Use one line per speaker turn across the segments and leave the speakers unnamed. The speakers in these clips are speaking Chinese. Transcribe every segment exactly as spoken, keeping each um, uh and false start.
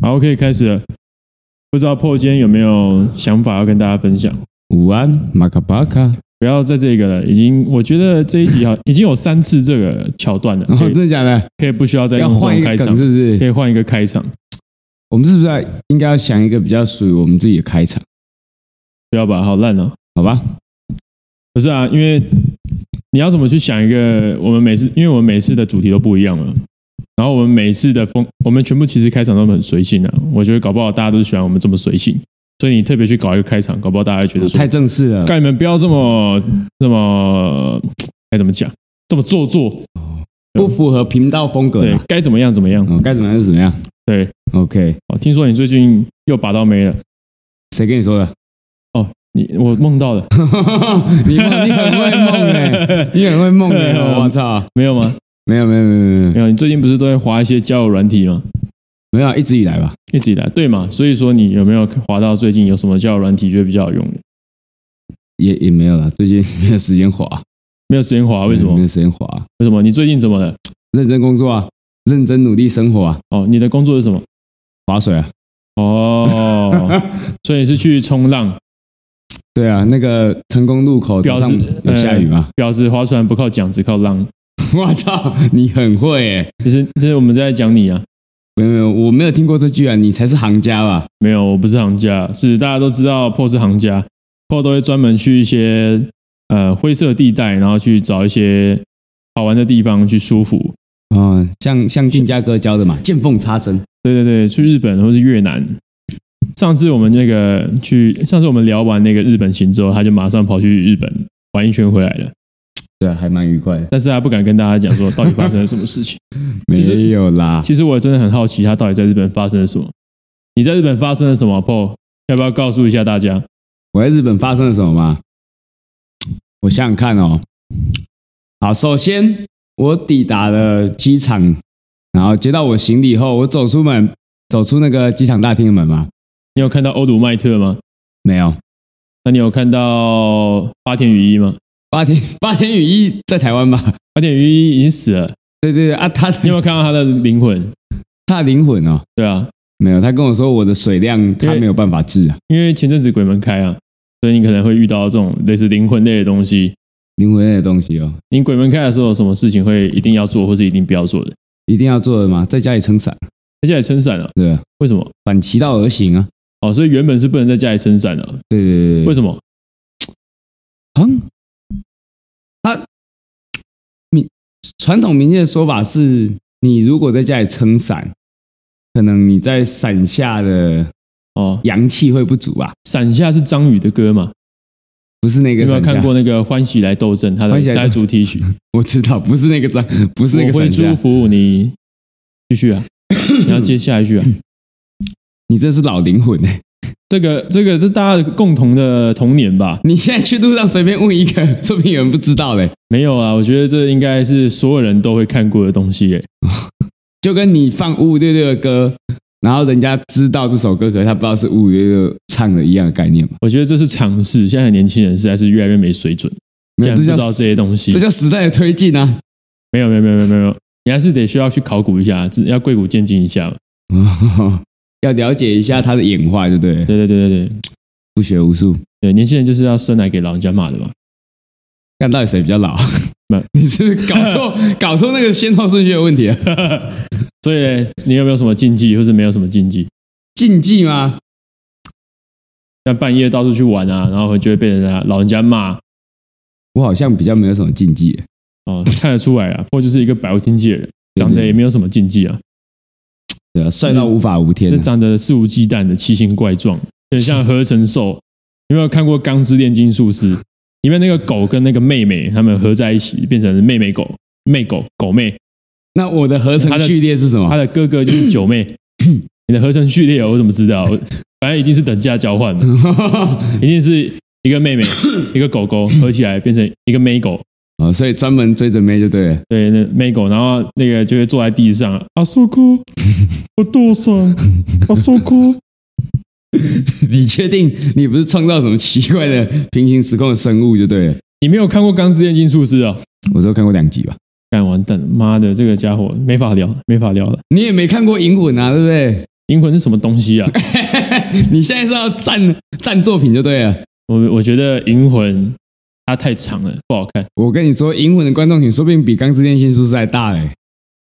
好，可以开始了。不知道破今天有没有想法要跟大家分享？
午安，马卡巴卡。
不要再这个了，已经我觉得这一集好已经有三次这个桥段了。
哦，真的假的？
可以不需要再
要
用这
换一个梗，
种开场，
是不是？
可以换一个开场。
我们是不是要应该要想一个比较属于我们自己的开场？
不要吧，好烂哦。
好吧。
不是啊，因为你要怎么去想一个我们每次，因为我们每次的主题都不一样了，然后我们每次的风，我们全部其实开场都很随性啊。我觉得搞不好大家都喜欢我们这么随性，所以你特别去搞一个开场，搞不好大家会觉得说
太正式了。
干你们不要这么这么该怎么讲，这么做作，
不符合频道风格。
对，该怎么样怎么样，
哦，该怎么样就怎么样。
对
，OK。
哦，听说你最近又把到妹了，
谁跟你说的？
哦，你我梦到了，
你梦你很会梦哎，你很会梦哎，我操，
没有吗？
没有没有没有没有
没有，你最近不是都会滑一些交友软体吗？
没有，一直以来吧，
一直以来对嘛？所以说你有没有滑到最近有什么交友软体觉得比较有用的？
也也没有了，最近没有时间滑，
没有时间滑，为什么？
没有时间滑，
为什么？你最近怎么了？
认真工作啊，认真努力生活啊。
哦，你的工作是什么？
划水啊。
哦，所以你是去冲浪？
对啊，那个成功路口早上有下雨吗？
表示划船不靠桨，只靠浪。
我操，你很会耶！
其实这是我们在讲你啊。
没有没有，我没有听过这句啊，你才是行家吧？
没有，我不是行家，是大家都知道 P O 是行家 ，P O 都会专门去一些呃灰色地带，然后去找一些好玩的地方去舒服。
哦，像像俊家哥教的嘛，见缝插针。
对对对，去日本或是越南。上次我们那个去，上次我们聊完那个日本行之后，他就马上跑去日本玩一圈回来了。
对啊，还蛮愉快的。
但是他不敢跟大家讲说到底发生了什么事情。
没有啦。
其实我真的很好奇，他到底在日本发生了什么？你在日本发生了什么 ？Paul， 要不要告诉一下大家？
我在日本发生了什么吗？我想想看哦。好，首先我抵达了机场，然后接到我行李后，我走出门，走出那个机场大厅的门嘛。
你有看到欧鲁麦特吗？
没有。
那你有看到八田雨衣吗？
八田八田雨衣在台湾吧？
八田雨衣已经死了。
对对对啊，他
你有没有看到他的灵魂？
他的灵魂哦？
对啊，
没有。他跟我说我的水量他没有办法治啊，
因为前阵子鬼门开啊，所以你可能会遇到这种类似灵魂类的东西。
灵魂类的东西哦。
你鬼门开的时候有什么事情会一定要做，或是一定不要做的？
一定要做的吗？在家里撑伞。
在家里撑伞啊？
对啊。
为什么？
反其道而行啊。
哦，所以原本是不能在家里撑伞的。
对对对对。
为什么？
嗯，他民传统民间的说法是，你如果在家里撑伞，可能你在伞下的
哦
阳气会不足啊。
伞下是张宇的歌嘛？
不是那个。
有没有看过那个《欢喜来斗阵》？他的他的主题曲？
我知道，不是那个张，不是那个伞下。
我会祝福你，继续啊！你要接下一句啊！
你这是老灵魂哎、欸！
这个这个是大家的共同的童年吧？
你现在去路上随便问一个，说不定有人不知道嘞。
没有啊，我觉得这应该是所有人都会看过的东西耶。
就跟你放五五六六的歌，然后人家知道这首歌，可是他不知道是五五六六唱的一样的概念嘛。
我觉得这是常识，现在的年轻人实在是越来越没水准，竟然不知道这些东西。
这叫时代的推进啊！
没有没有没有没有没有，你还是得需要去考古一下，要贵古见今一下。
要了解一下它的演化，就对了。
对对对对对，
不学无术。
对，年轻人就是要生来给老人家骂的嘛。
看到底谁比较老？你是不是搞错搞错那个先后顺序的问题了？
所以你有没有什么禁忌，或是没有什么禁忌？
禁忌吗？
像半夜到处去玩啊，然后就会被人家老人家骂。
我好像比较没有什么禁忌
哦，看得出来啊，或就是一个百无禁忌的人，长得也没有什么禁忌啊。
对啊，帅到无法无天、啊，
就长得肆无忌惮的奇形怪状，很像合成兽。有没有看过《钢之炼金术师》？里面那个狗跟那个妹妹，他们合在一起变成妹妹狗、妹狗、狗妹。
那我的合成序列是什么？
他的哥哥就是九妹。你的合成序列我怎么知道？反正一定是等价交换的，一定是一个妹妹、一个狗狗合起来变成一个妹狗。
哦，所以专门追着妹就对了。
对，那妹狗，然后那个就会坐在地上，啊，受苦，我多伤，啊，受苦。
你确定你不是创造什么奇怪的平行时空的生物就对了？
你没有看过《钢之炼金术师》啊？
我只有看过两集吧。
干完蛋了，妈的，这个家伙没法聊，没法聊了。
你也没看过《银魂》啊，对不对？
银魂是什么东西啊？
你现在是要赞赞作品就对了。
我我觉得银魂它太长了，不好看。
我跟你说，银魂的观众群说不定比钢之炼金术师还大嘞。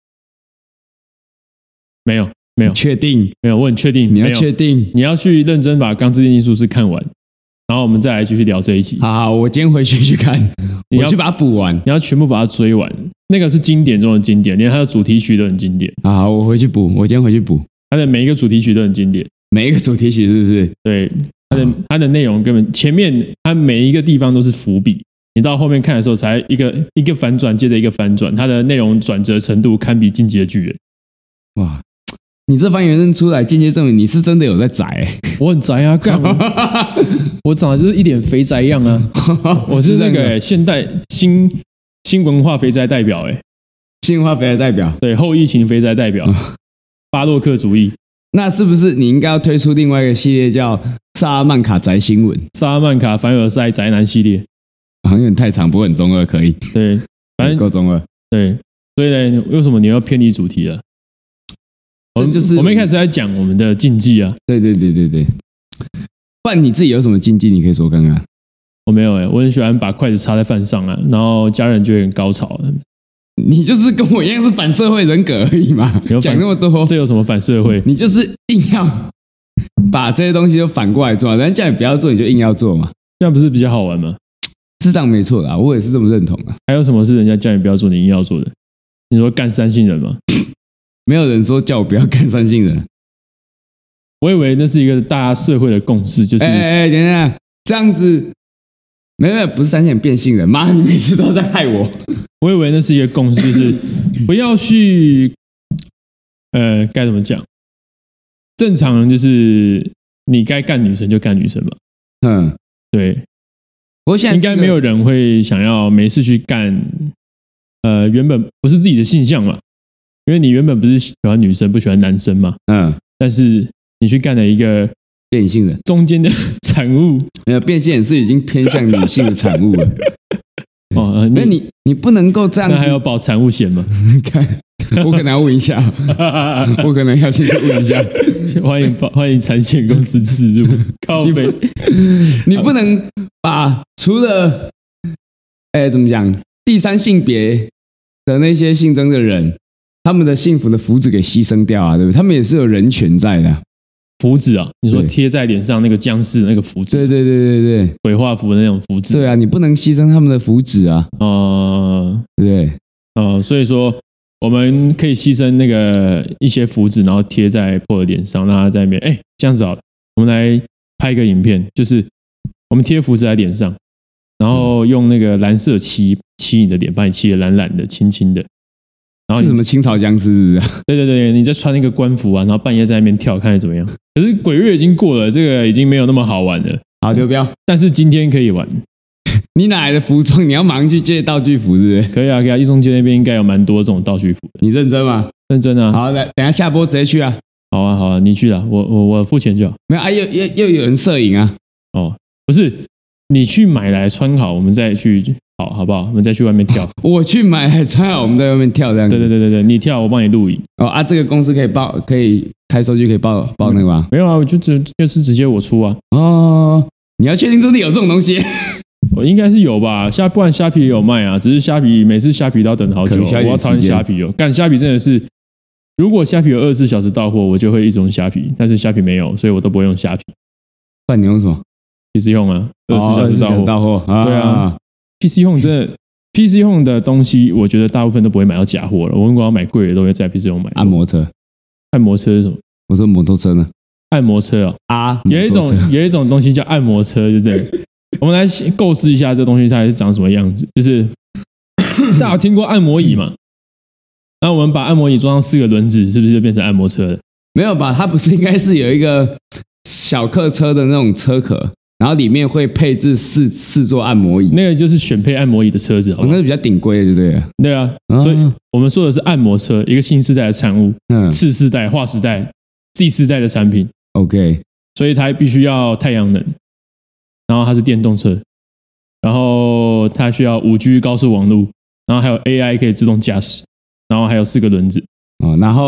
没有没有，
确定？
没有，我很确定。
你要确定？
你要去认真把《钢之炼金术师》看完，然后我们再来继续聊这一集。
好好，我今天回去去看，我去把它补完。
你要全部把它追完，那个是经典中的经典，连它的主题曲都很经典。
好好，我回去补，我今天回去补。
它的每一个主题曲都很经典，
每一个主题曲是不是？
对，它的它的内容根本前面它每一个地方都是伏笔，你到后面看的时候才一个一个反转接着一个反转，它的内容转折程度堪比《进击的巨人》。
哇！你这番言论出来，间接证明你是真的有在宅、欸。
我很宅啊，干我我长得就是一脸肥宅样啊！我是那个、欸、现代新新文化肥宅代表、欸，哎，
新文化肥宅代表，
对，后疫情肥宅代表，巴洛克主义。
那是不是你应该要推出另外一个系列叫萨拉曼卡宅新闻？
萨拉曼卡凡尔赛宅男系列，
好像有点太长，不过很中二，可以。
对，反正
够中二。
对，所以呢，为什么你要偏离主题了？
这就是
我们一开始在讲我们的禁忌啊。
对对对对对。不然你自己有什么禁忌？你可以说看看。
我没有哎、欸，我很喜欢把筷子插在饭上啊，然后家人就会很高潮。
你就是跟我一样是反社会人格而已嘛，讲那么多，
这有什么反社会？
你就是硬要把这些东西都反过来做，人家叫你不要做，你就硬要做嘛，
这样不是比较好玩吗？
是这样没错啦，我也是这么认同的。
还有什么是人家叫你不要做，你硬要做的？你说干三性人吗？
没有人说叫我不要干三性人，
我以为那是一个大家社会的共识，就是
哎哎哎，等一下，这样子，没有没有，不是三性人变性人，妈，你每次都在害我。
我以为那是一个共识，就是不要去，呃，该怎么讲？正常人就是你该干女生就干女生嘛。
嗯，
对。
我现在
应该没有人会想要没事去干，呃，原本不是自己的性向嘛，因为你原本不是喜欢女生，不喜欢男生嘛。
嗯，
但是你去干了一个
变性人
中间的产物，
没有变性人是已经偏向女性的产物了。哦，那你你不能够这样子，
那还有保产物险吗？
看，我可能要问一下，我可能要先去问一下。
欢迎欢迎产险公司置入，靠北，
你不能把除了，哎，怎么讲，第三性别的那些性征的人，他们的幸福的福祉给牺牲掉啊，对不对？他们也是有人权在的、啊。
福祉啊，你说贴在脸上那个僵尸的那个福祉，
对对对对对，
鬼画符的那种福祉，
对啊，你不能牺牲他们的福祉啊，
哦、呃，
对，
哦、呃，所以说我们可以牺牲那个一些福祉，然后贴在破的脸上，让他在那边，哎，这样子好了，我们来拍一个影片，就是我们贴福祉在脸上，然后用那个蓝色漆漆你的脸，把你漆的蓝蓝的、青青的。然后
是什么清朝僵尸是不是？
对对对，你再穿那个官服啊，然后半夜在那边跳，看你怎么样。可是鬼月已经过了，这个已经没有那么好玩了。
好，丢标。
但是今天可以玩。
你哪来的服装？你要马上去借道具服是不是？
可以啊，可以啊。一中街那边应该有蛮多这种道具服的。
你认真吗？
认真啊。
好，来，等一下下播直接去啊。
好啊，好啊，你去啊，我我我付钱就好。
没有啊，又又又有人摄影啊。
哦，不是，你去买来穿好，我们再去。好，好不好？我们再去外面跳。
我去买来穿好，我们在外面跳这样子。
对对对对对，你跳，我帮你录影。
哦啊，这个公司可以报，可以开收据，可以报报那个吗？
没有啊，我就直就是直接我出啊。
哦，你要确定真的有这种东西？
我应该是有吧，虾不然虾皮也有卖啊，只是虾皮每次虾皮都要等好久，我要讨厌虾皮哦。干虾皮真的是，如果虾皮有二十四小时到货，我就会一直用虾皮，但是虾皮没有，所以我都不会用虾皮。
不然你用什么
？P C Home啊，二十四小时到货。
到货，啊
对啊。P C Home 真的 ，P C Home 的东西，我觉得大部分都不会买到假货了。我如果要买贵的，都会在 P C Home 买。
按摩车，
按摩车是什么？
我说摩托车呢？
按摩车哦，
啊，
有一种有一种东西叫按摩车，对不对？我们来构思一下这东西它是长什么样子。就是大家有听过按摩椅嘛？那我们把按摩椅装上四个轮子，是不是就变成按摩车了？
没有吧？它不是应该是有一个小客车的那种车壳？然后里面会配置四四座按摩椅，
那个就是选配按摩椅的车子，好不好？
哦，那是比较顶规的，对不对？
对啊，啊所以我们说的是按摩车，一个新世代的产物，嗯，次世代、划时代、Z 世代的产品。
OK，
所以它必须要太阳能，然后它是电动车，然后它需要 五 G 高速网络，然后还有 A I 可以自动驾驶，然后还有四个轮子。
哦，然后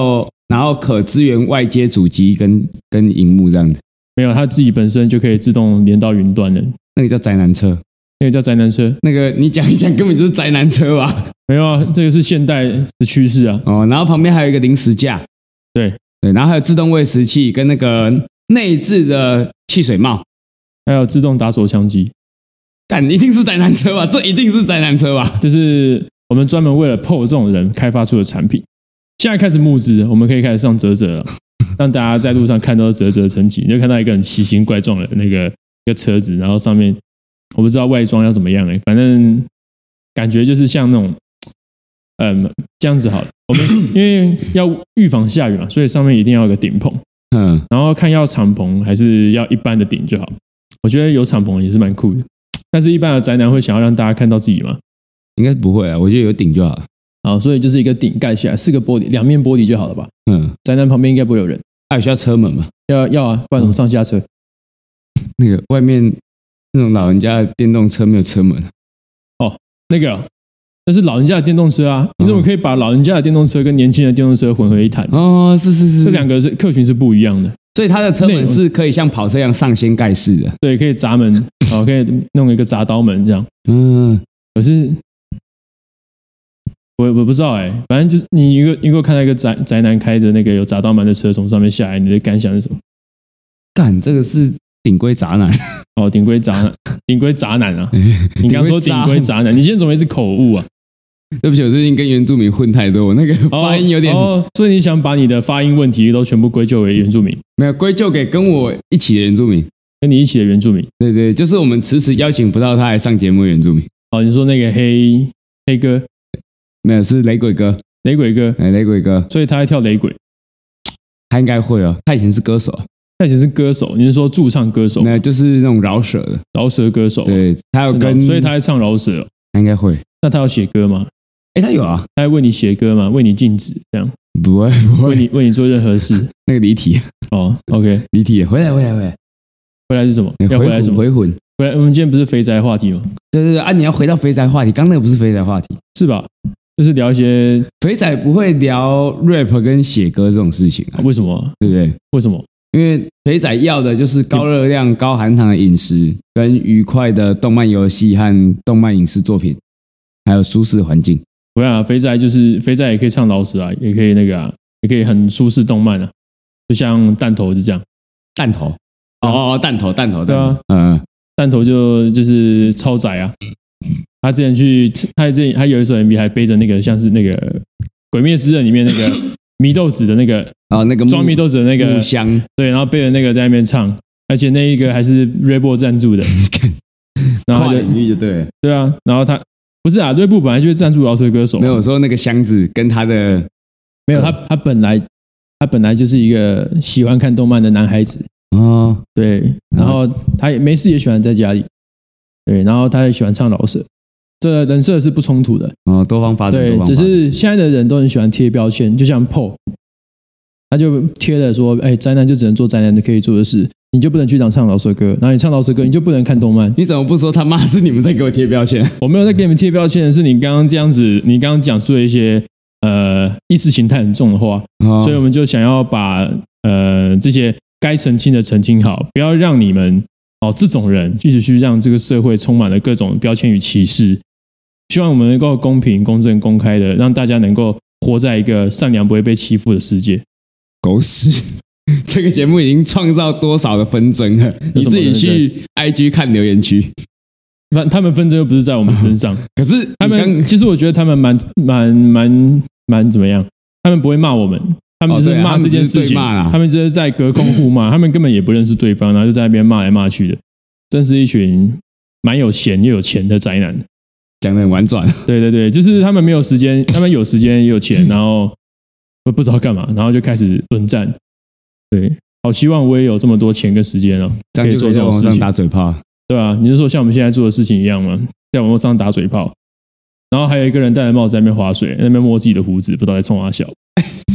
然后可支援外接主机跟跟荧幕这样子。
没有，它自己本身就可以自动连到云端的，
那个叫宅男车，
那个叫宅男车。
那个你讲一讲，根本就是宅男车吧？
没有啊，这个是现代的趋势啊。
哦，然后旁边还有一个零食架，
对
对，然后还有自动喂食器跟那个内置的汽水帽，
还有自动打手枪机。
干，一定是宅男车吧？这一定是宅男车吧？
这是我们专门为了 P O 这种人开发出的产品。现在开始募资，我们可以开始上啧啧了，让大家在路上看到啧啧称奇，你就看到一个很奇形怪状的那个一个车子，然后上面我不知道外装要怎么样哎、欸，反正感觉就是像那种，嗯，这样子好了。我们因为要预防下雨嘛，所以上面一定要有个顶棚，
嗯，
然后看要敞篷还是要一般的顶就好。我觉得有敞篷也是蛮酷的，但是一般的宅男会想要让大家看到自己吗？
应该不会啊，我觉得有顶就好了。
好，所以就是一个顶盖起来，四个玻璃，两面玻璃就好了吧？
嗯，
宅男旁边应该不会有人。
还有需要车门吗？
要要啊，不然怎么上下车？
那个外面那种老人家的电动车没有车门。
哦，那个那是老人家的电动车啊，你怎么可以把老人家的电动车跟年轻人的电动车混为一谈？
哦，是是是，
这两个是客群是不一样的。
所以它的车门是可以像跑车一样上掀盖式的。
对，可以砸门，哦，可以弄一个铡刀门这样。
嗯，
可是我我不知道哎、欸，反正就是你一个一个看到一个宅宅男开着那个有铡刀门的车从上面下来，你的感想是什么？
干，这个是顶规宅男。
哦，顶规宅男，顶规宅男啊！你刚说顶规宅男，你今天怎么一直口误啊？
对不起，我最近跟原住民混太多，我那个发音有点……
哦，所以你想把你的发音问题都全部归咎为原住民？
没有归咎给跟我一起的原住民，
跟你一起的原住民？
对对，就是我们迟迟邀请不到他来上节目的原住民。
哦，你说那个黑黑哥？
没有，是雷鬼哥，
雷鬼哥，
哎，雷鬼哥，
所以他还跳雷鬼，
他应该会哦，他以前是歌手，
他以前是歌手，你是说驻唱歌手？
没有，就是那种饶舌的，
饶舌歌手。
对，他有跟，
所以他还唱饶舌、哦，
他应该会。
那他有写歌吗？
哎，他有啊，
他还为你写歌吗？为你静止这样？
不会，不会，
为你为你做任何事？
那个离题
哦 ，OK，
离题，回来，回来，回来，
回来是什么？
欸、
要回来什么？
回魂。
回来，我们今天不是肥宅话题吗？
对对对啊，你要回到肥宅话题，刚那个不是肥宅话题，
是吧？就是聊一些
肥仔不会聊 rap 跟写歌这种事情啊？
为什么？
对不对？
为什么？
因为肥仔要的就是高热量、高含糖的饮食，跟愉快的动漫游戏和动漫影视作品，还有舒适环境。
我想、啊、肥仔就是肥仔，也可以唱老实啊，也可以那个啊，也可以很舒适动漫啊，就像弹头是这样。
弹头哦哦，弹头弹头，
对啊，
嗯，
弹头就就是超载啊。他之前去，他之前他有一首 M V 还背着那个像是那个《鬼灭之刃》里面那个祢豆子的那个
哦，那个
装祢豆子的那个
木箱，
对，然后背着那个在那边唱，而且那一个还是 Rebel 赞助的，然后
跨领域就对了，
对啊，然后他不是啊，锐步本来就是赞助饶舌歌手、啊，
没有我说那个箱子跟他的
没有他他本来他本来就是一个喜欢看动漫的男孩子
哦，
对，然后他也没事也喜欢在家里，对，然后他也喜欢唱饶舌。这人设是不冲突的
哦，多方发展，
对，只是现在的人都很喜欢贴标签，就像 P O， 他就贴了说，哎，宅男就只能做宅男的可以做的事，你就不能去当唱饶舌歌，然后你唱饶舌歌，你就不能看动漫。
你怎么不说他妈是你们在给我贴标签？
我没有在给你们贴标签的是你刚刚这样子，你刚刚讲出了一些呃意识形态很重的话，
哦、
所以我们就想要把呃这些该澄清的澄清好，不要让你们哦这种人继续去让这个社会充满了各种标签与歧视。希望我们能够公平、公正、公开的，让大家能够活在一个善良、不会被欺负的世界。
狗屎！这个节目已经创造多少的纷争了？你自己去 I G 看留言区。
反他们纷争又不是在我们身上，
可是
他们其实我觉得他们蛮蛮蛮蛮怎么样？他们不会骂我们，他们就是骂这件事情，
哦啊、
他们就是在隔空互骂，他们根本也不认识对方，然后就在那边骂来骂去的，真是一群蛮有钱又有钱的宅男。
讲得很婉转，
对对对，就是他们没有时间，他们有时间也有钱，然后不知道干嘛，然后就开始论战。对，好希望我也有这么多钱跟时间哦，
这样就可以在网上打嘴炮，
对吧、啊？你是说像我们现在做的事情一样吗？在网络上打嘴炮，然后还有一个人戴着帽子在那边划水，在那边摸自己的胡子，不知道在冲啥笑。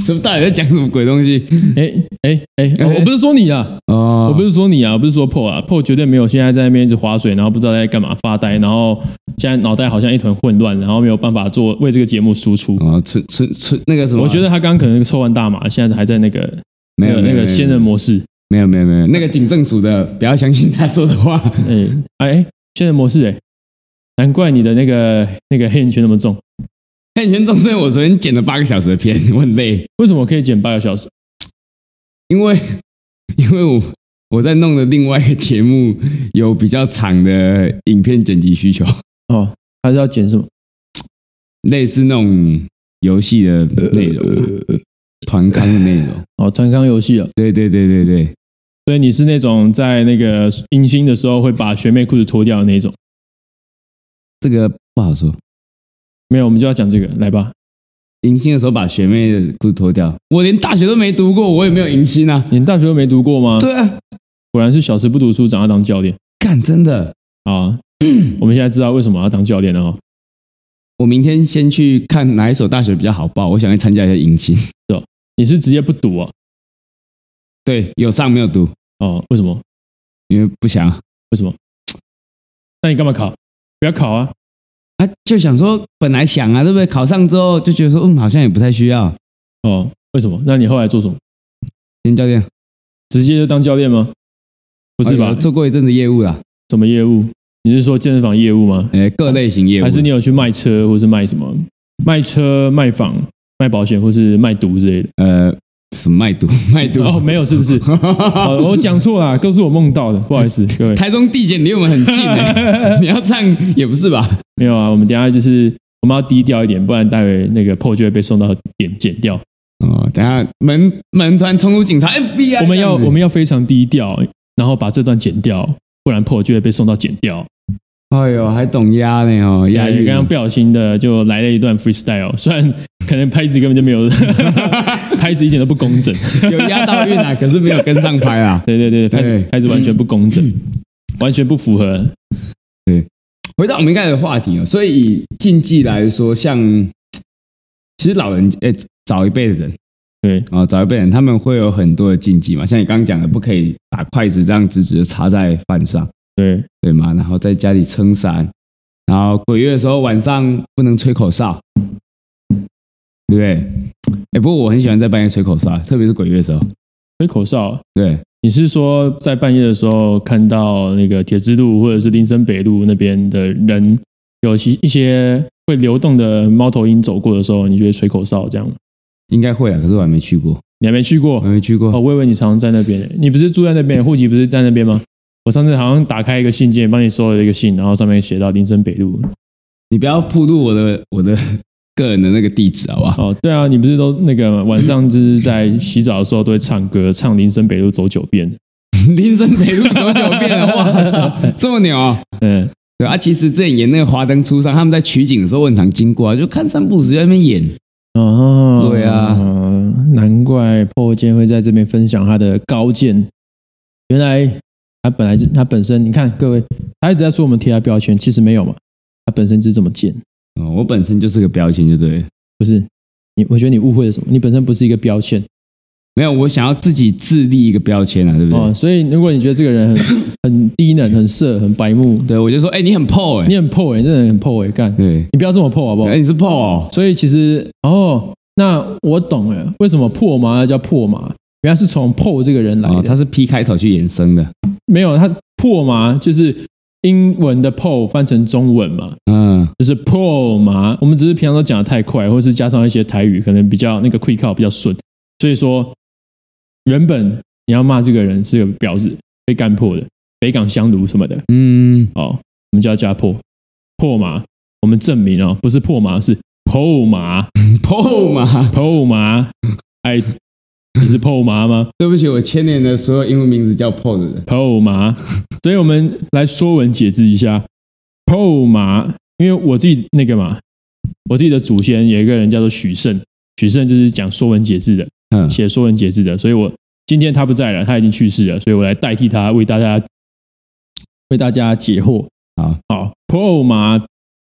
什么到底在讲什么鬼东西？
哎哎哎，我不是说你啊，
哦，
我不是说你啊，我不是说 Paul 啊 ，Paul 绝对没有现在在那边一直划水，然后不知道在干嘛发呆，然后现在脑袋好像一团混乱，然后没有办法做为这个节目输出。
哦，春春春那个什么，
我觉得他刚刚可能抽完大麻，现在还在那个
没有
那个仙人模式。
没有没有没有，那个警政署的不要相信他说的话。
哎哎，仙人模式哎，难怪你的那个那个黑眼圈那么重。
黑眼圈重，所以我昨天剪了八个小时的片，我很累。
为什么可以剪八个小时？
因为因为我我在弄的另外一个节目有比较长的影片剪辑需求。
哦，还是要剪什么？
类似那种游戏的内容，团康的内容。
哦，团康游戏啊。
对对对对对。
所以你是那种在那个迎新的时候会把学妹裤子脱掉的那种？
这个不好说。
没有，我们就要讲这个，来吧。
迎新的时候把学妹的裤子脱掉，我连大学都没读过，我也没有迎新啊。
你大学都没读过吗？
对啊，
果然是小时不读书，长大当教练。
干，真的
啊！我们现在知道为什么要当教练了哈。
我明天先去看哪一所大学比较好报，我想去参加一下迎新。
是哦，你是直接不读啊？
对，有上没有读。
哦，为什么？
因为不想。
为什么？那你干嘛考？不要考啊！
啊，就想说本来想啊，对不对？考上之后就觉得说，嗯，好像也不太需要。
哦，为什么？那你后来做什么？
当教练。
直接就当教练吗？不是吧？
哦、做过一阵子业务啦。
什么业务？你是说健身房业务吗？
呃，各类型业务。
还是你有去卖车，或是卖什么？卖车、卖房、卖保险，或是卖毒之类的？
呃，什么卖毒？卖毒？
哦，没有，是不是？哦、我讲错了，都是我梦到的，不好意思，各位。
台中地检离我们很近诶，你要这样也不是吧？
没有啊，我们等一下就是我们要低调一点，不然待会那个 P O 就会被送到点剪掉。
哦，等一下门门突然冲出警察 F B I，
我们要我们要非常低调，然后把这段剪掉，不然 P O 就会被送到剪掉。
哎呦，还懂压呢哦，押韵。
刚刚不小心的就来了一段 freestyle， 虽然可能拍子根本就没有，拍子一点都不工整，
有押到韵啊，可是没有跟上拍啊。
对对对，拍子拍子完全不工整，完全不符合。
对，回到我们一开始的话题哦，所以以竞技来说，像其实老人诶，早一辈的人，
对
啊、哦，早一辈人他们会有很多的禁忌嘛，像你刚刚讲的，不可以把筷子这样直直的插在饭上。
对
对嘛，然后在家里撑伞，然后鬼月的时候晚上不能吹口哨，对不对？哎，不过我很喜欢在半夜吹口哨，特别是鬼月的时候。
吹口哨？
对，
你是说在半夜的时候看到那个铁之路或者是林森北路那边的人有其一些会流动的猫头鹰走过的时候，你就会吹口哨这样？
应该会啊，可是我还没去过。
你还没去过？
我还没去过。
哦，我以为你常常在那边。你不是住在那边，户籍不是在那边吗？我上次好像打开一个信件，帮你收了一个信，然后上面写到林森北路。
你不要暴露我的我的个人的那个地址好不好？
哦，对啊，你不是都那个晚上就是在洗澡的时候都会唱歌，唱林森北路走九遍。
林森北路走九遍了，哇操，这么牛、哦！
嗯，
对啊，其实之前演那个《华灯初上》，他们在取景的时候，我很常经过啊，就看三不五时在那边演。
哦，
对啊，
难怪 Paul 今天会在这边分享他的高见。原来他本来就他本身，你看各位，他一直在说我们贴他标签，其实没有嘛，他本身就是这么贱。
哦，我本身就是个标签，就对了。
不是你，我觉得你误会了什么？你本身不是一个标签。
没有，我想要自己自立一个标签啊，对不对？
哦，所以如果你觉得这个人很很低能、很色、很白目，
对我就说，哎、欸，你很破哎、欸，
你很破哎、欸，你真的很破哎、欸，干，
对，
你不要这么破好不好？
哎、欸，你是破哦。
所以其实哦，那我懂了，为什么破麻叫破麻？原来是从破这个人来的，
哦、他是 P 开头去衍生的。
没有，他破麻就是英文的破翻成中文嘛，
嗯，
就是破麻。我们只是平常都讲的太快，或是加上一些台语，可能比较那个 quick call 比较顺，所以说。原本你要骂这个人是个婊子，被干破的，北港香炉什么的，
嗯，
哦，我们就要加破破麻。我们证明哦，不是破麻，是破麻，
破麻，
破麻。哎，你是破麻吗？
对不起，我千年的所有英文名字叫破的人，
破麻。所以我们来说文解字一下破麻，因为我自己那个嘛，我自己的祖先有一个人叫做许慎，许慎就是讲说文解字的。写说文解字的，所以我今天他不在了，他已经去世了，所以我来代替他为大家为大家解惑。
好，
好，破麻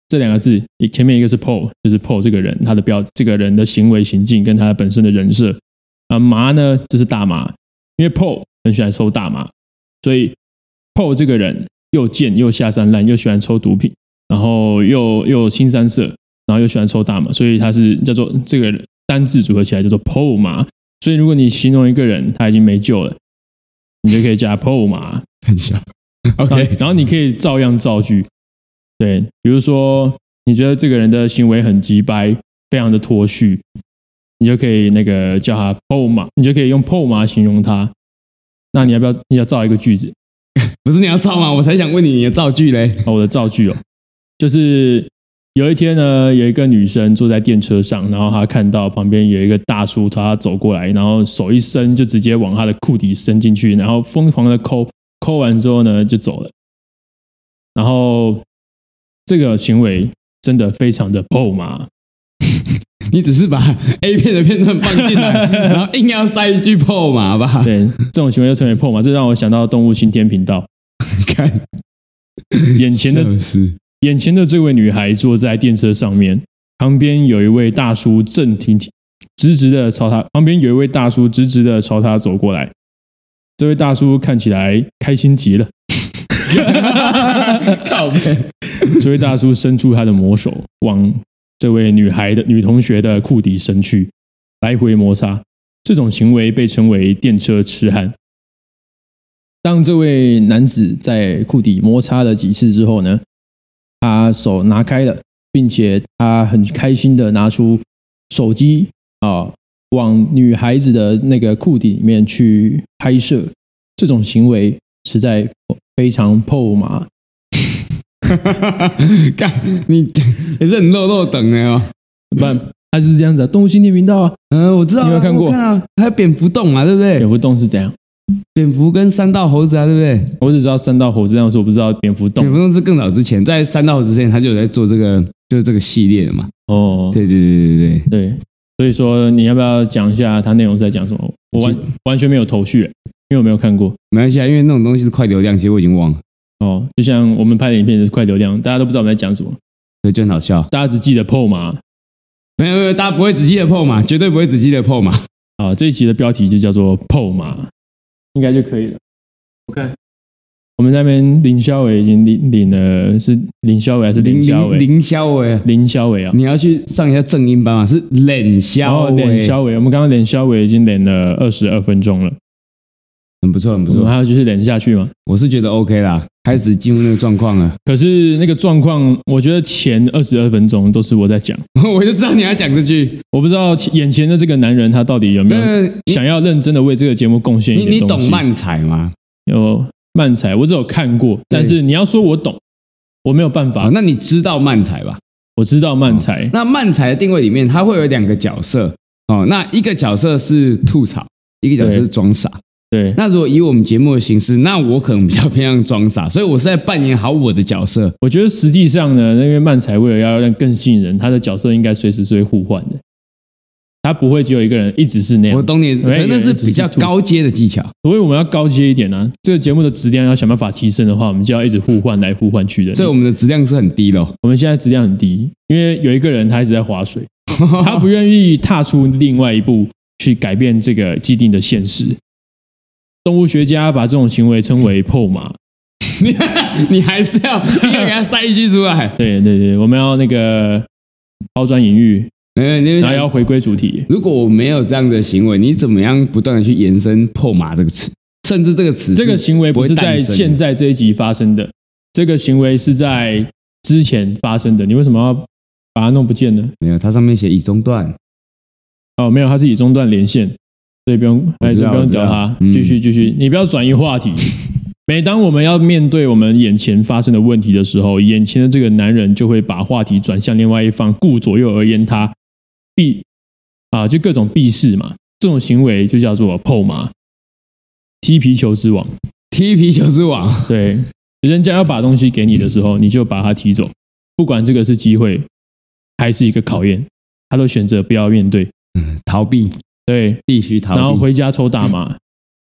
这两个字，前面一个是 Paul， 就是 Paul 这个人，他的标这个人的行为行径跟他本身的人设啊，麻呢就是大麻，因为 Paul 很喜欢抽大麻，所以 Paul 这个人又贱又下三滥，又喜欢抽毒品，然后又又新三色，然后又喜欢抽大麻，所以他是叫做这个单字组合起来叫做 Paul 麻。所以如果你形容一个人他已经没救了，你就可以加 Paul 麻，
很像。OK，
然后你可以照样造句。对，比如说你觉得这个人的行为很鸡掰，非常的脱序，你就可以那个叫他 Paul 麻，你就可以用 Paul 麻形容他。那你要不要你要造一个句子？
不是你要造吗？我才想问你你的造句嘞。
哦，我的造句哦，就是有一天呢，有一个女生坐在电车上，然后她看到旁边有一个大叔，他走过来，然后手一伸就直接往他的裤底伸进去，然后疯狂的抠，抠完之后呢就走了。然后这个行为真的非常的Paul麻。
你只是把 A 片的片段放进来，然后硬要塞一句Paul麻吧？
对，这种行为就称为Paul麻，这让我想到动物新天频道。
看，
眼前的眼前的这位女孩坐在电车上面，旁边有一位大叔正挺挺直直的朝她，旁边有一位大叔直直的朝她走过来。这位大叔看起来开心极了。
靠背，
这位大叔伸出他的魔手，往这位女孩的女同学的裤底伸去，来回摩擦。这种行为被称为电车痴汉。当这位男子在裤底摩擦了几次之后呢，他手拿开了，并且他很开心的拿出手机啊，往女孩子的那个裤底里面去拍摄。这种行为实在非常Paul麻。
干，你也是很肉肉等的哦。
不然他就是这样子啊，动物新天频道啊。
嗯、呃，我知道、啊，
你有没有看过？
看啊，还有蝙蝠洞嘛，对不对？
蝙蝠洞是怎样？
蝙蝠跟三道猴子啊，对不对？
我只知道三道猴子，但是我不知道蝙蝠洞。
蝙蝠洞是更早之前，在三道猴子之前，他就有在做这个，就是这个系列的嘛。
哦，
对对对对对
对，所以说你要不要讲一下它内容是在讲什么？我完完全没有头绪，因为我没有看过。
没关系啊，因为那种东西是快流量，其实我已经忘了。
哦，就像我们拍的影片也是快流量，大家都不知道我们在讲什么，
所以就很好笑。
大家只记得Paul麻。
没有没有，大家不会只记得Paul麻，绝对不会只记得Paul麻。
啊，这一期的标题就叫做Paul麻，应该就可以了。我看我们那边林小伟已经领领了，是林小伟还是林小伟？
林小伟，
林小伟啊！
你要去上一下正音班嘛？是冷小伟，
冷小伟。我们刚刚冷小伟已经冷了二十二分钟了，
很不错，很不错。
我们还要继续冷下去吗？
我是觉得 OK 啦，开始进入那个状况了。
可是那个状况，我觉得前二十二分钟都是我在讲，
我就知道你要讲这句。
我不知道眼前的这个男人他到底有没有想要认真的为这个节目贡献一点东西。
你你懂漫才吗？
有漫才，我只有看过，但是你要说我懂，我没有办法。
哦、那你知道漫才吧？
我知道漫才。
哦、那漫才的定位里面，它会有两个角色哦。那一个角色是吐槽，一个角色是装傻。
对。
那如果以我们节目的形式，那我可能比较偏向装傻，所以我是在扮演好我的角色。
我觉得实际上呢，因为漫才为了要让更吸引人，他的角色应该随时是会互换的。他不会只有一个人一直是那样。
我懂你，可能那是比较高阶的技巧。
所以我们要高阶一点啊！这个节目的质量要想办法提升的话，我们就要一直互换来互换去的。
所以我们的质量是很低的、哦。
我们现在质量很低，因为有一个人他一直在划水，他不愿意踏出另外一步去改变这个既定的现实。动物学家把这种行为称为Paul麻。
你你还是要硬要给他塞一句出来。
对对对，我们要那个抛砖引玉。
然
后要回归主题。
如果我没有这样的行为，你怎么样不断的去延伸Paul麻这个词？甚至这个词，
这个行为不是在现在这一集发生的，这个行为是在之前发生的。你为什么要把它弄不见呢？
没有，它上面写已中断。
哦，没有，它是已中断连线，所以不用，哎，就不用屌它，继续继续，你不要转移话题。每当我们要面对我们眼前发生的问题的时候，眼前的这个男人就会把话题转向另外一方，顾左右而言他。避啊，就各种避世嘛，这种行为就叫做Paul麻，踢皮球之王，
踢皮球之王。
对，人家要把东西给你的时候，你就把它踢走，不管这个是机会还是一个考验，他都选择不要面对，
嗯，逃避，
对，
必须逃避，
然后回家抽大麻，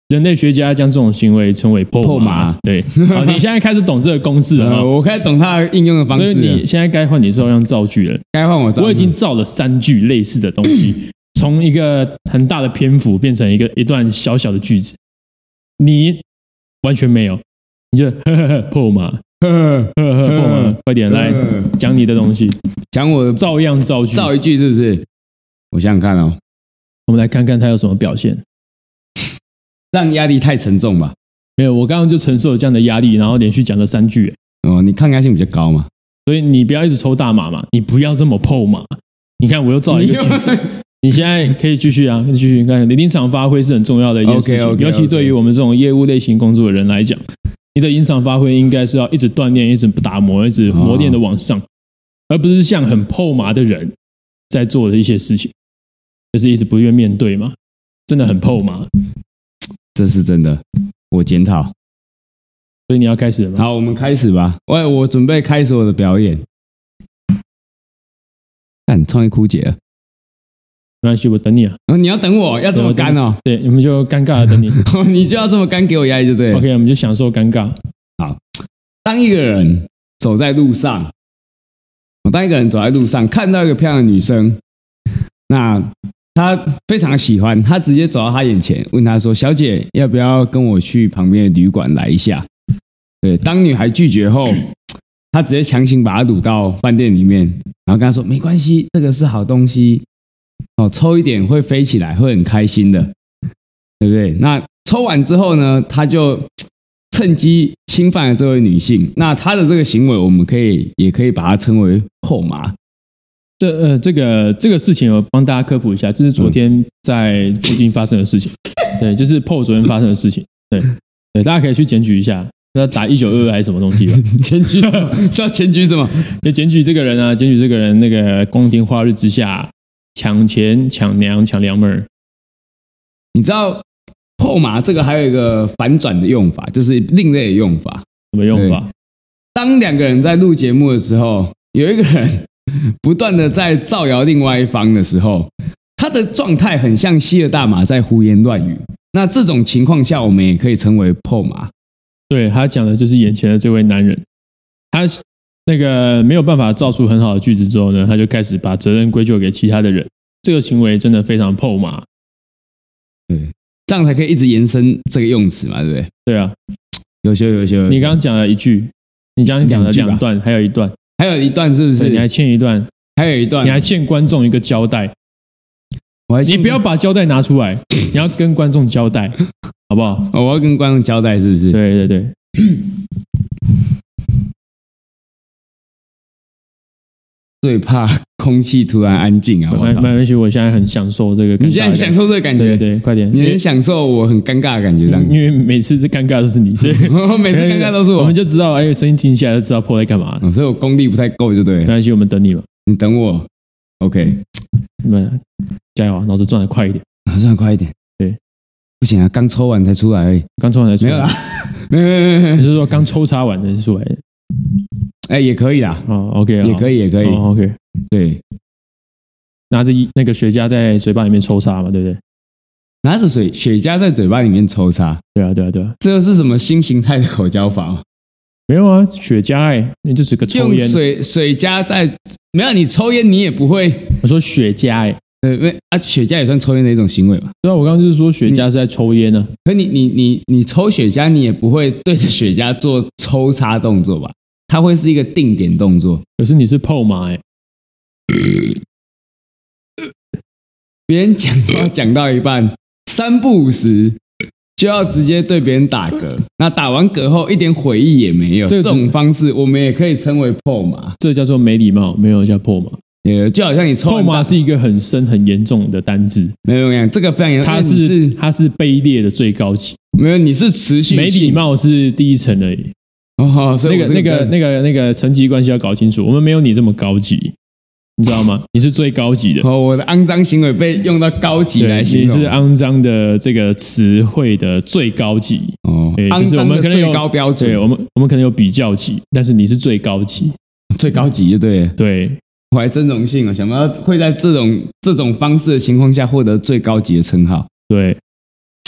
人类学家将这种行为称为破麻。对，好，你现在开始懂这个公式了、
呃、我开始懂它的应用的方式了。
所以你现在该换你照样造句了。
该换我造句。
我已经造了三句类似的东西，从一个很大的篇幅变成一个一段小小的句子。你完全没有，你就呵呵呵破麻，呵呵呵破麻，快点来讲你的东西，
讲我的
照样造句，
造一句是不是？我想想看哦，
我们来看看他有什么表现。
这样压力太沉重吧？
没有，我刚刚就承受了这样的压力，然后连续讲了三句。
哦，你抗压性比较高嘛，
所以你不要一直抽大麻嘛，你不要这么破麻。你看，我又造了一个句子。你现在可以继续啊，继续看，你临场发挥是很重要的一件事情， okay, okay, okay. 尤其对于我们这种业务类型工作的人来讲，你的临场发挥应该是要一直锻炼、一直打磨、一直磨练的往上，哦、而不是像很破麻的人在做的一些事情，就是一直不愿面对嘛，真的很破麻。
这是真的，我检讨。
所以你要开始了吗？
好，我们开始吧。喂，我准备开始我的表演。干，创意枯竭了。
没关系，我等你啊。
哦、你要等我，要这么干哦？
对，我们就尴尬的等你。
你就要这么干，给我压力就对了。
OK， 我们就享受尴尬。
好，当一个人走在路上，当一个人走在路上，看到一个漂亮的女生，那他非常喜欢，他直接走到他眼前，问他说：“小姐，要不要跟我去旁边的旅馆来一下？”对，当女孩拒绝后，他直接强行把她掳到饭店里面，然后跟她说：“没关系，这个是好东西哦，抽一点会飞起来，会很开心的，对不对？”那抽完之后呢，他就趁机侵犯了这位女性。那他的这个行为，我们可以也可以把它称为破麻。
这呃，这个这个事情我帮大家科普一下，这是昨天在附近发生的事情。对，就是 P O 昨天发生的事情。对对，大家可以去检举一下，要打一九二二还是什么东西吧？
检举是要检举什么？
就检举这个人啊，检举这个人那个光天化日之下抢钱、抢娘、抢娘们儿。
你知道破麻这个还有一个反转的用法，就是另类的用法。
什么用法？
当两个人在录节目的时候，有一个人不断的在造谣另外一方的时候，他的状态很像吸了大麻在胡言乱语。那这种情况下，我们也可以称为破麻。
对，他讲的就是眼前的这位男人，他那个没有办法造出很好的句子之后呢，他就开始把责任归咎给其他的人。这个行为真的非常破麻。
对，这样才可以一直延伸这个用词嘛，对不对？
对啊，
有修有修。
你刚刚讲了一句，你刚刚讲了两段，还有一段。
还有一段是不是？
你还欠一段，
还有一段，
你还欠观众一个交代。
我还
你不要把交代拿出来，你要跟观众交代，好不好？
哦，我要跟观众交代，是不是？
对对对。
最怕空气突然安静啊！
没没关系，我现在很享受这个。
你现在享受这个感觉，
对对，快点！
你很享受我很尴尬的感觉，这样。
因为每次尴尬都是你，所以
每次尴尬都是我，
我们就知道，哎，声音静下来就知道破在干嘛、
哦。所以我功力不太够，就对了。
没关系，我们等你嘛。
你等我 ，OK。
你们加油啊，脑子转得快一点，
脑子转得快一点。
对，
不行啊，刚抽完才出来而已。
刚抽完才出来。
没有啦，没有没有没有。
你是说刚抽插完才出来的？
哎，也可以啦。
哦 ，OK，
也可以，也可以。
哦 OK，
对。
拿着那个雪茄在嘴巴里面抽插嘛，对不对？
拿着水雪茄在嘴巴里面抽插，
对啊，对啊，对啊。
这个是什么新形态的口交法吗？
没有啊，雪茄哎、欸，那就是个抽烟。
用水水茄在没有，你抽烟你也不会。
我说雪茄哎、欸，
对，啊，雪茄也算抽烟的一种行为嘛。
对啊，我刚刚就是说雪茄是在抽烟呢、啊。
可你你你你抽雪茄，你也不会对着雪茄做抽插动作吧？它会是一个定点动作。
可是你是破麻哎、欸。
别人讲话讲到一半，三不五时就要直接对别人打嗝，那打完嗝后一点悔意也没有，这种方式我们也可以称为破麻，
这叫做没礼貌，没有叫破麻。
呃，就好像你抽
破麻是一个很深很严重的单字，
没有没有，这个非常严重，
它是它是卑劣的最高级，
没有，你是持续
没礼貌是第一层而已。
哦，所以
那个那个那个那个层级关系要搞清楚，我们没有你这么高级。你知道吗？你是最高级的。
哦，我的肮脏行为被用到高级来形容。
你是肮脏的这个词汇的最高级。
哦，肮脏的最高标准。
对，我们我们可能有比较级，但是你是最高级，
最高级就对了。
对，
我还真荣幸哦，想不到会在这种这种方式的情况下获得最高级的称号。
对，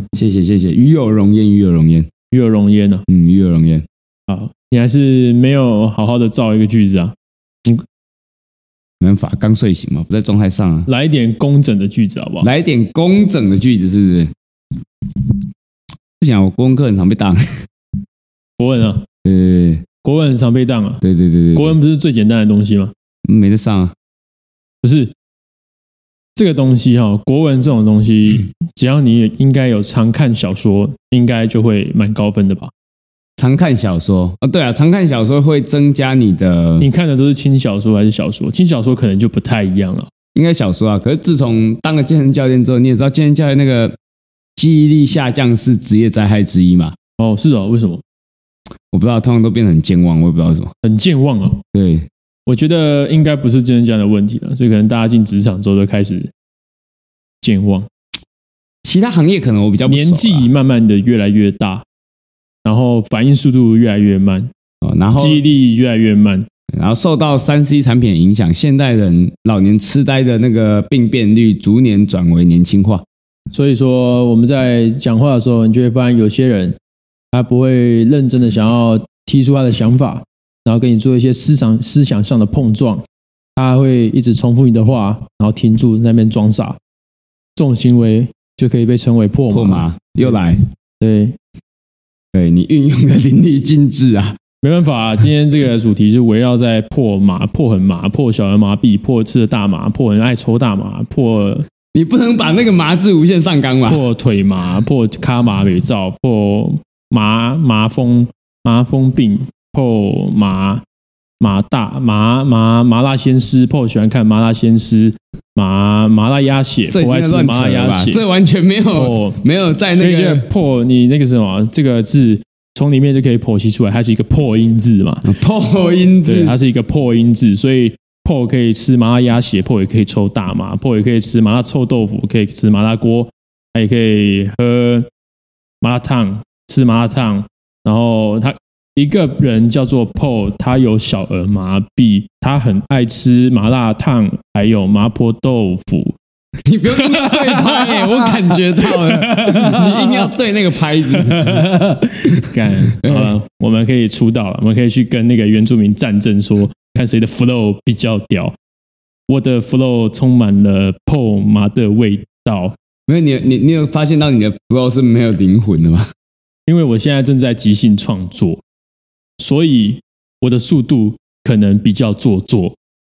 谢谢谢谢，与有荣焉，与有荣焉，
与有荣焉啊。
嗯，与有荣焉。
好，你还是没有好好的造一个句子啊。
没办法，刚睡醒嘛，不在状态上啊。
来一点工整的句子好不好？
来一点工整的句子，是不是？不想我国文课很常被当。
国文啊，
呃，
国文很常被当啊。
对对对对，
国文不是最简单的东西吗？
没得上啊。
不是这个东西哈、哦，国文这种东西，只要你应该有常看小说，应该就会蛮高分的吧？
常看小说啊，对啊，常看小说会增加你的。
你看的都是轻小说还是小说？轻小说可能就不太一样了。
应该小说啊，可是自从当了健身教练之后，你也知道健身教练那个记忆力下降是职业灾害之一嘛？
哦，是哦，为什么？
我不知道，通常都变得很健忘，我也不知道为什么。
很健忘啊。
对，
我觉得应该不是健身教练的问题了，所以可能大家进职场之后就开始健忘。
其他行业可能我比较不熟啊
年纪慢慢的越来越大，然后反应速度越来越慢，
哦，然后
记忆力越来越慢，
然后受到三 C 产品的影响，现代人老年痴呆的那个病变率逐年转为年轻化。
所以说我们在讲话的时候，你就会发现有些人他不会认真的想要提出他的想法，然后跟你做一些思想思想上的碰撞，他会一直重复你的话，然后停住在那边装傻，这种行为就可以被称为破麻。
破麻又来，
对，
对你运用的淋漓尽致啊！
没办法、啊，今天这个主题是围绕在破麻、破很麻、破小儿麻痹、破吃的大麻、破很爱抽大麻、破
你不能把那个麻字无限上纲嘛？
破腿麻、破卡麻伪造、破麻麻风、麻风病、破麻麻大麻麻麻辣鲜师，破喜欢看麻辣鲜师、麻麻辣鸭血，
这已
破爱吃
经乱扯
麻辣鸭血，
了吧？这完全没有
破
没有在
所以这个
那个
破你那个什么这个字从里面就可以剖析出来，它是一个破音字嘛。
破音
对，
字，
它是一个破音字，所以破可以吃麻辣鸭血，破也可以抽大麻，破也可以吃麻辣臭豆腐，可以吃麻辣锅，它也可以喝麻辣烫，吃麻辣烫。然后他一个人叫做破，他有小儿麻痹，他很爱吃麻辣烫，还有麻婆豆腐。
你不用硬要对拍、欸，我感觉到了，你硬要对那个拍子。
干好了，我们可以出道了，我们可以去跟那个原住民战争说，看谁的 flow 比较屌。我的 flow 充满了破麻的味道，
没有你，你你有发现到你的 flow 是没有灵魂的吗？
因为我现在正在即兴创作，所以我的速度可能比较做作。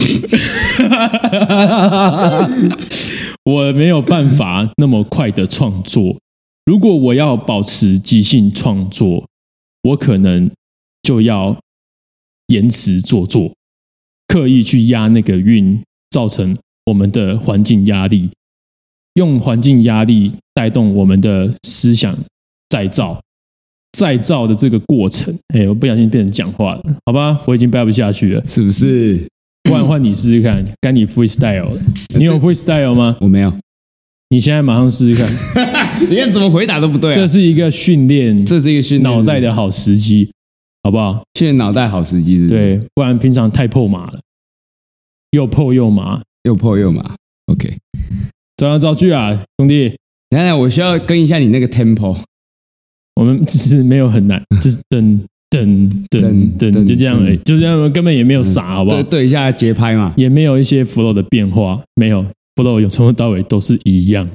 我没有办法那么快的创作。如果我要保持即兴创作，我可能就要延迟做作，刻意去压那个韵，造成我们的环境压力，用环境压力带动我们的思想再造。再造的这个过程，哎，我不小心变成讲话了，好吧，我已经掰不下去了，
是不是？
不然换你试试看，干你 freestyle 了，你有 freestyle 吗？
我没有，
你现在马上试试看，
你看怎么回答都不对、啊。
这是一个训练，
这是一个训练
脑袋的好时机，好不好？
训练脑袋好时机是不是？
对，不然平常太破麻了，又破又麻，
又破又麻。OK，
照样造句啊，兄弟。
等一下，我需要跟一下你那个 tempo。
我们只是没有很难，就是噔噔噔噔，就这样而已，就这样，根本也没有傻，好不好？
对对一下节拍嘛，
也没有一些 flow 的变化，没有 flow 有从头到尾都是一样。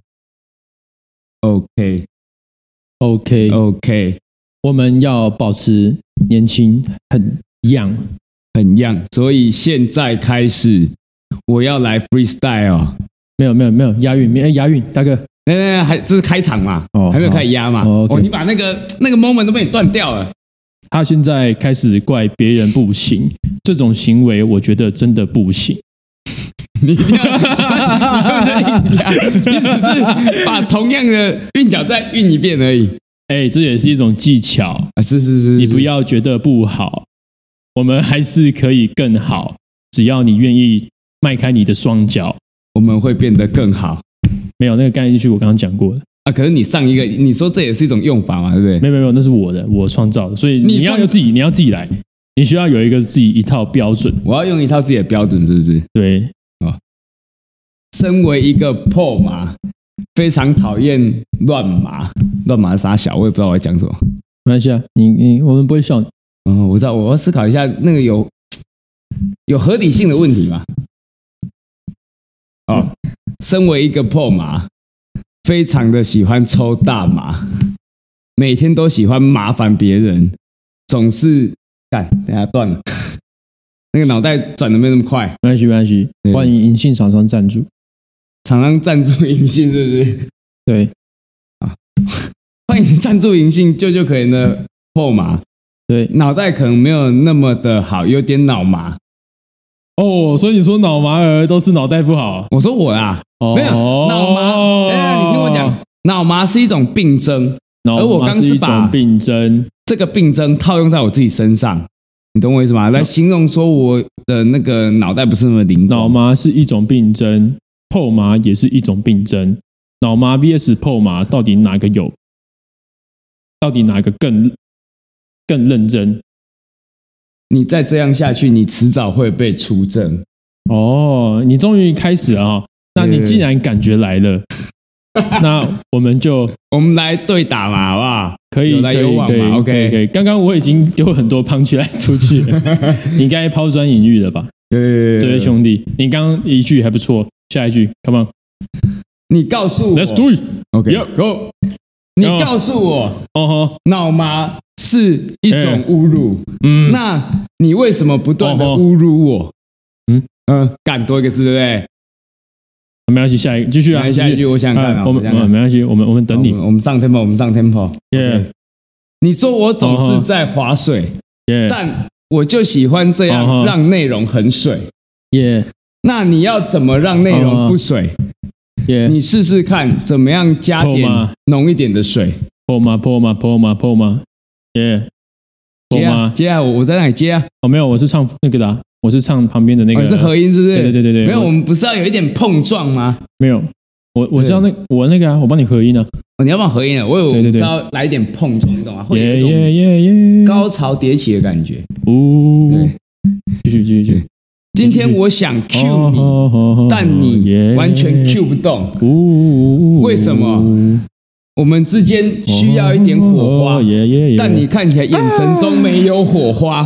OK
OK
OK，
我们要保持年轻，很 young，
很 young，所以现在开始我要来 freestyle。
没有没有没有押韵，没有押韵，大哥。
那那还这是开场嘛？
哦，
还没有开始压嘛？
哦，
okay、哦，你把那个那个 moment 都被你断掉了。
他现在开始怪别人不行，这种行为我觉得真的不行。
你不要，你不要你只是把同样的韵脚再韵一遍而已。
哎，这也是一种技巧
啊！是是 是, 是，
你不要觉得不好，我们还是可以更好，只要你愿意迈开你的双脚，
我们会变得更好。
没有那个概念句，我刚刚讲过了
啊。可是你上一个，你说这也是一种用法嘛，对不对？
没有没有，那是我的，我创造的，所以你要自己，你要自己来，你需要有一个自己一套标准。
我要用一套自己的标准，是不是？
对，
哦。身为一个破麻，非常讨厌乱麻， 乱码傻小，我也不知道我在讲什么。
没关系啊，你你我们不会笑你。
嗯，我知道，我要思考一下那个有有合理性的问题嘛。哦，身为一个破麻，非常的喜欢抽大麻，每天都喜欢麻烦别人，总是干，等一下断了，那个脑袋转的没有那么快。
没关系没关系，欢迎银杏厂商赞助，
厂商赞助银杏是不是？
对
啊，欢迎赞助银杏，救救可怜的破麻。
对，
脑袋可能没有那么的好，有点脑麻。
哦，所以你说脑麻儿都是脑袋不好？
我说我啦，
哦、
没有脑麻。哎，你听我讲，脑麻是一种病症，而我刚是把
病症
这个病症套用在我自己身上，你懂我意思吗？来形容说我的那个脑袋不是那么灵光。
脑麻是一种病症，破麻也是一种病症。脑麻 V S 破麻，到底哪个有？到底哪个更？更认真，
你再这样下去，你迟早会被出征。
哦，你终于开始了啊、哦！那你既然感觉来了，那我们就
我们来对打嘛，好不好？
可以，
有来有往嘛
，OK， 可以。刚刚我已经丢很多punch来出去了，你应该抛砖引玉了吧？
对，
这位兄弟，你刚刚一句还不错，下一句 ，Come on，
你告诉我
，Let's do
it，OK，Go， 你告诉我，
哦，
脑麻是一种侮辱，嗯，那你为什么不断的侮辱我？嗯嗯，敢多一个字，对不对？
没关系，下一个继续啊，
下一句我想看啊，
我们没关系，我们我们等你，
我们上 tempo， 我们上 tempo，
耶。
你说我总是在划水，但我就喜欢这样让内容很水，
耶。
那你要怎么让内容不水？你试试看，怎么样加点浓一点的水？
破吗？破吗？破吗？破吗？耶！
接啊！接啊！我我在哪里接啊？
哦，没有，我是唱那个的、啊，我是唱旁边的那个。
哦、是合音是不是？
对对对对。
没有，我们不是要有一点碰撞吗？
没有，我我是要那我那个啊，我帮你合音啊。
哦，你要帮我合音啊？我有是要来一点碰撞，你懂吗？会有一种高潮迭起的感觉。
哦，继续继续继续。
今天我想 cue 你，但你完全 cue 不动。为什么？我们之间需要一点火花，但你看起来眼神中没有火花。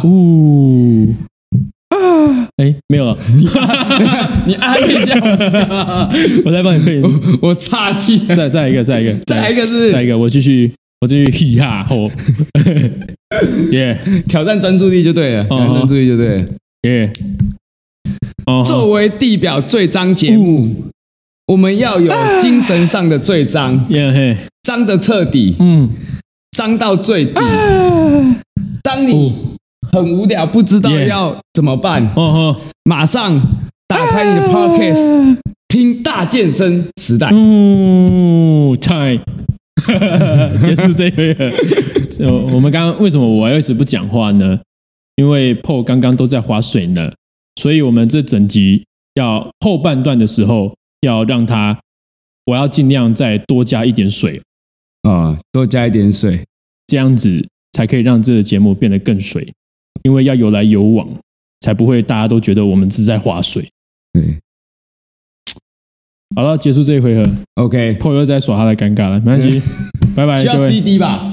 啊！哎，没有了。
你啊一下，
我再帮你配。
我岔气。
再再一个，再一个，
再来一个是，
再一个，我继续，我继续嘻哈吼。耶！
挑战专注力就对了，挑战专注力就对了。
耶！
作为地表最脏节目，我们要有精神上的最脏，脏的彻底，嗯，脏到最底。当你很无聊，不知道要怎么办，马上打开你的 podcast， 听大健身时代。
嗯 ，time， 结束这一回合。我们刚刚为什么我要一直不讲话呢？因为 Paul 刚刚都在划水呢。所以，我们这整集要后半段的时候，要让他，我要尽量再多加一点水
啊、哦，多加一点水，
这样子才可以让这个节目变得更水。因为要有来有往，才不会大家都觉得我们是在划水。
对，
好了，结束这一回合。
OK，
Paul 又在耍他的尴尬了，没关系，拜拜，
需要 C D 吧？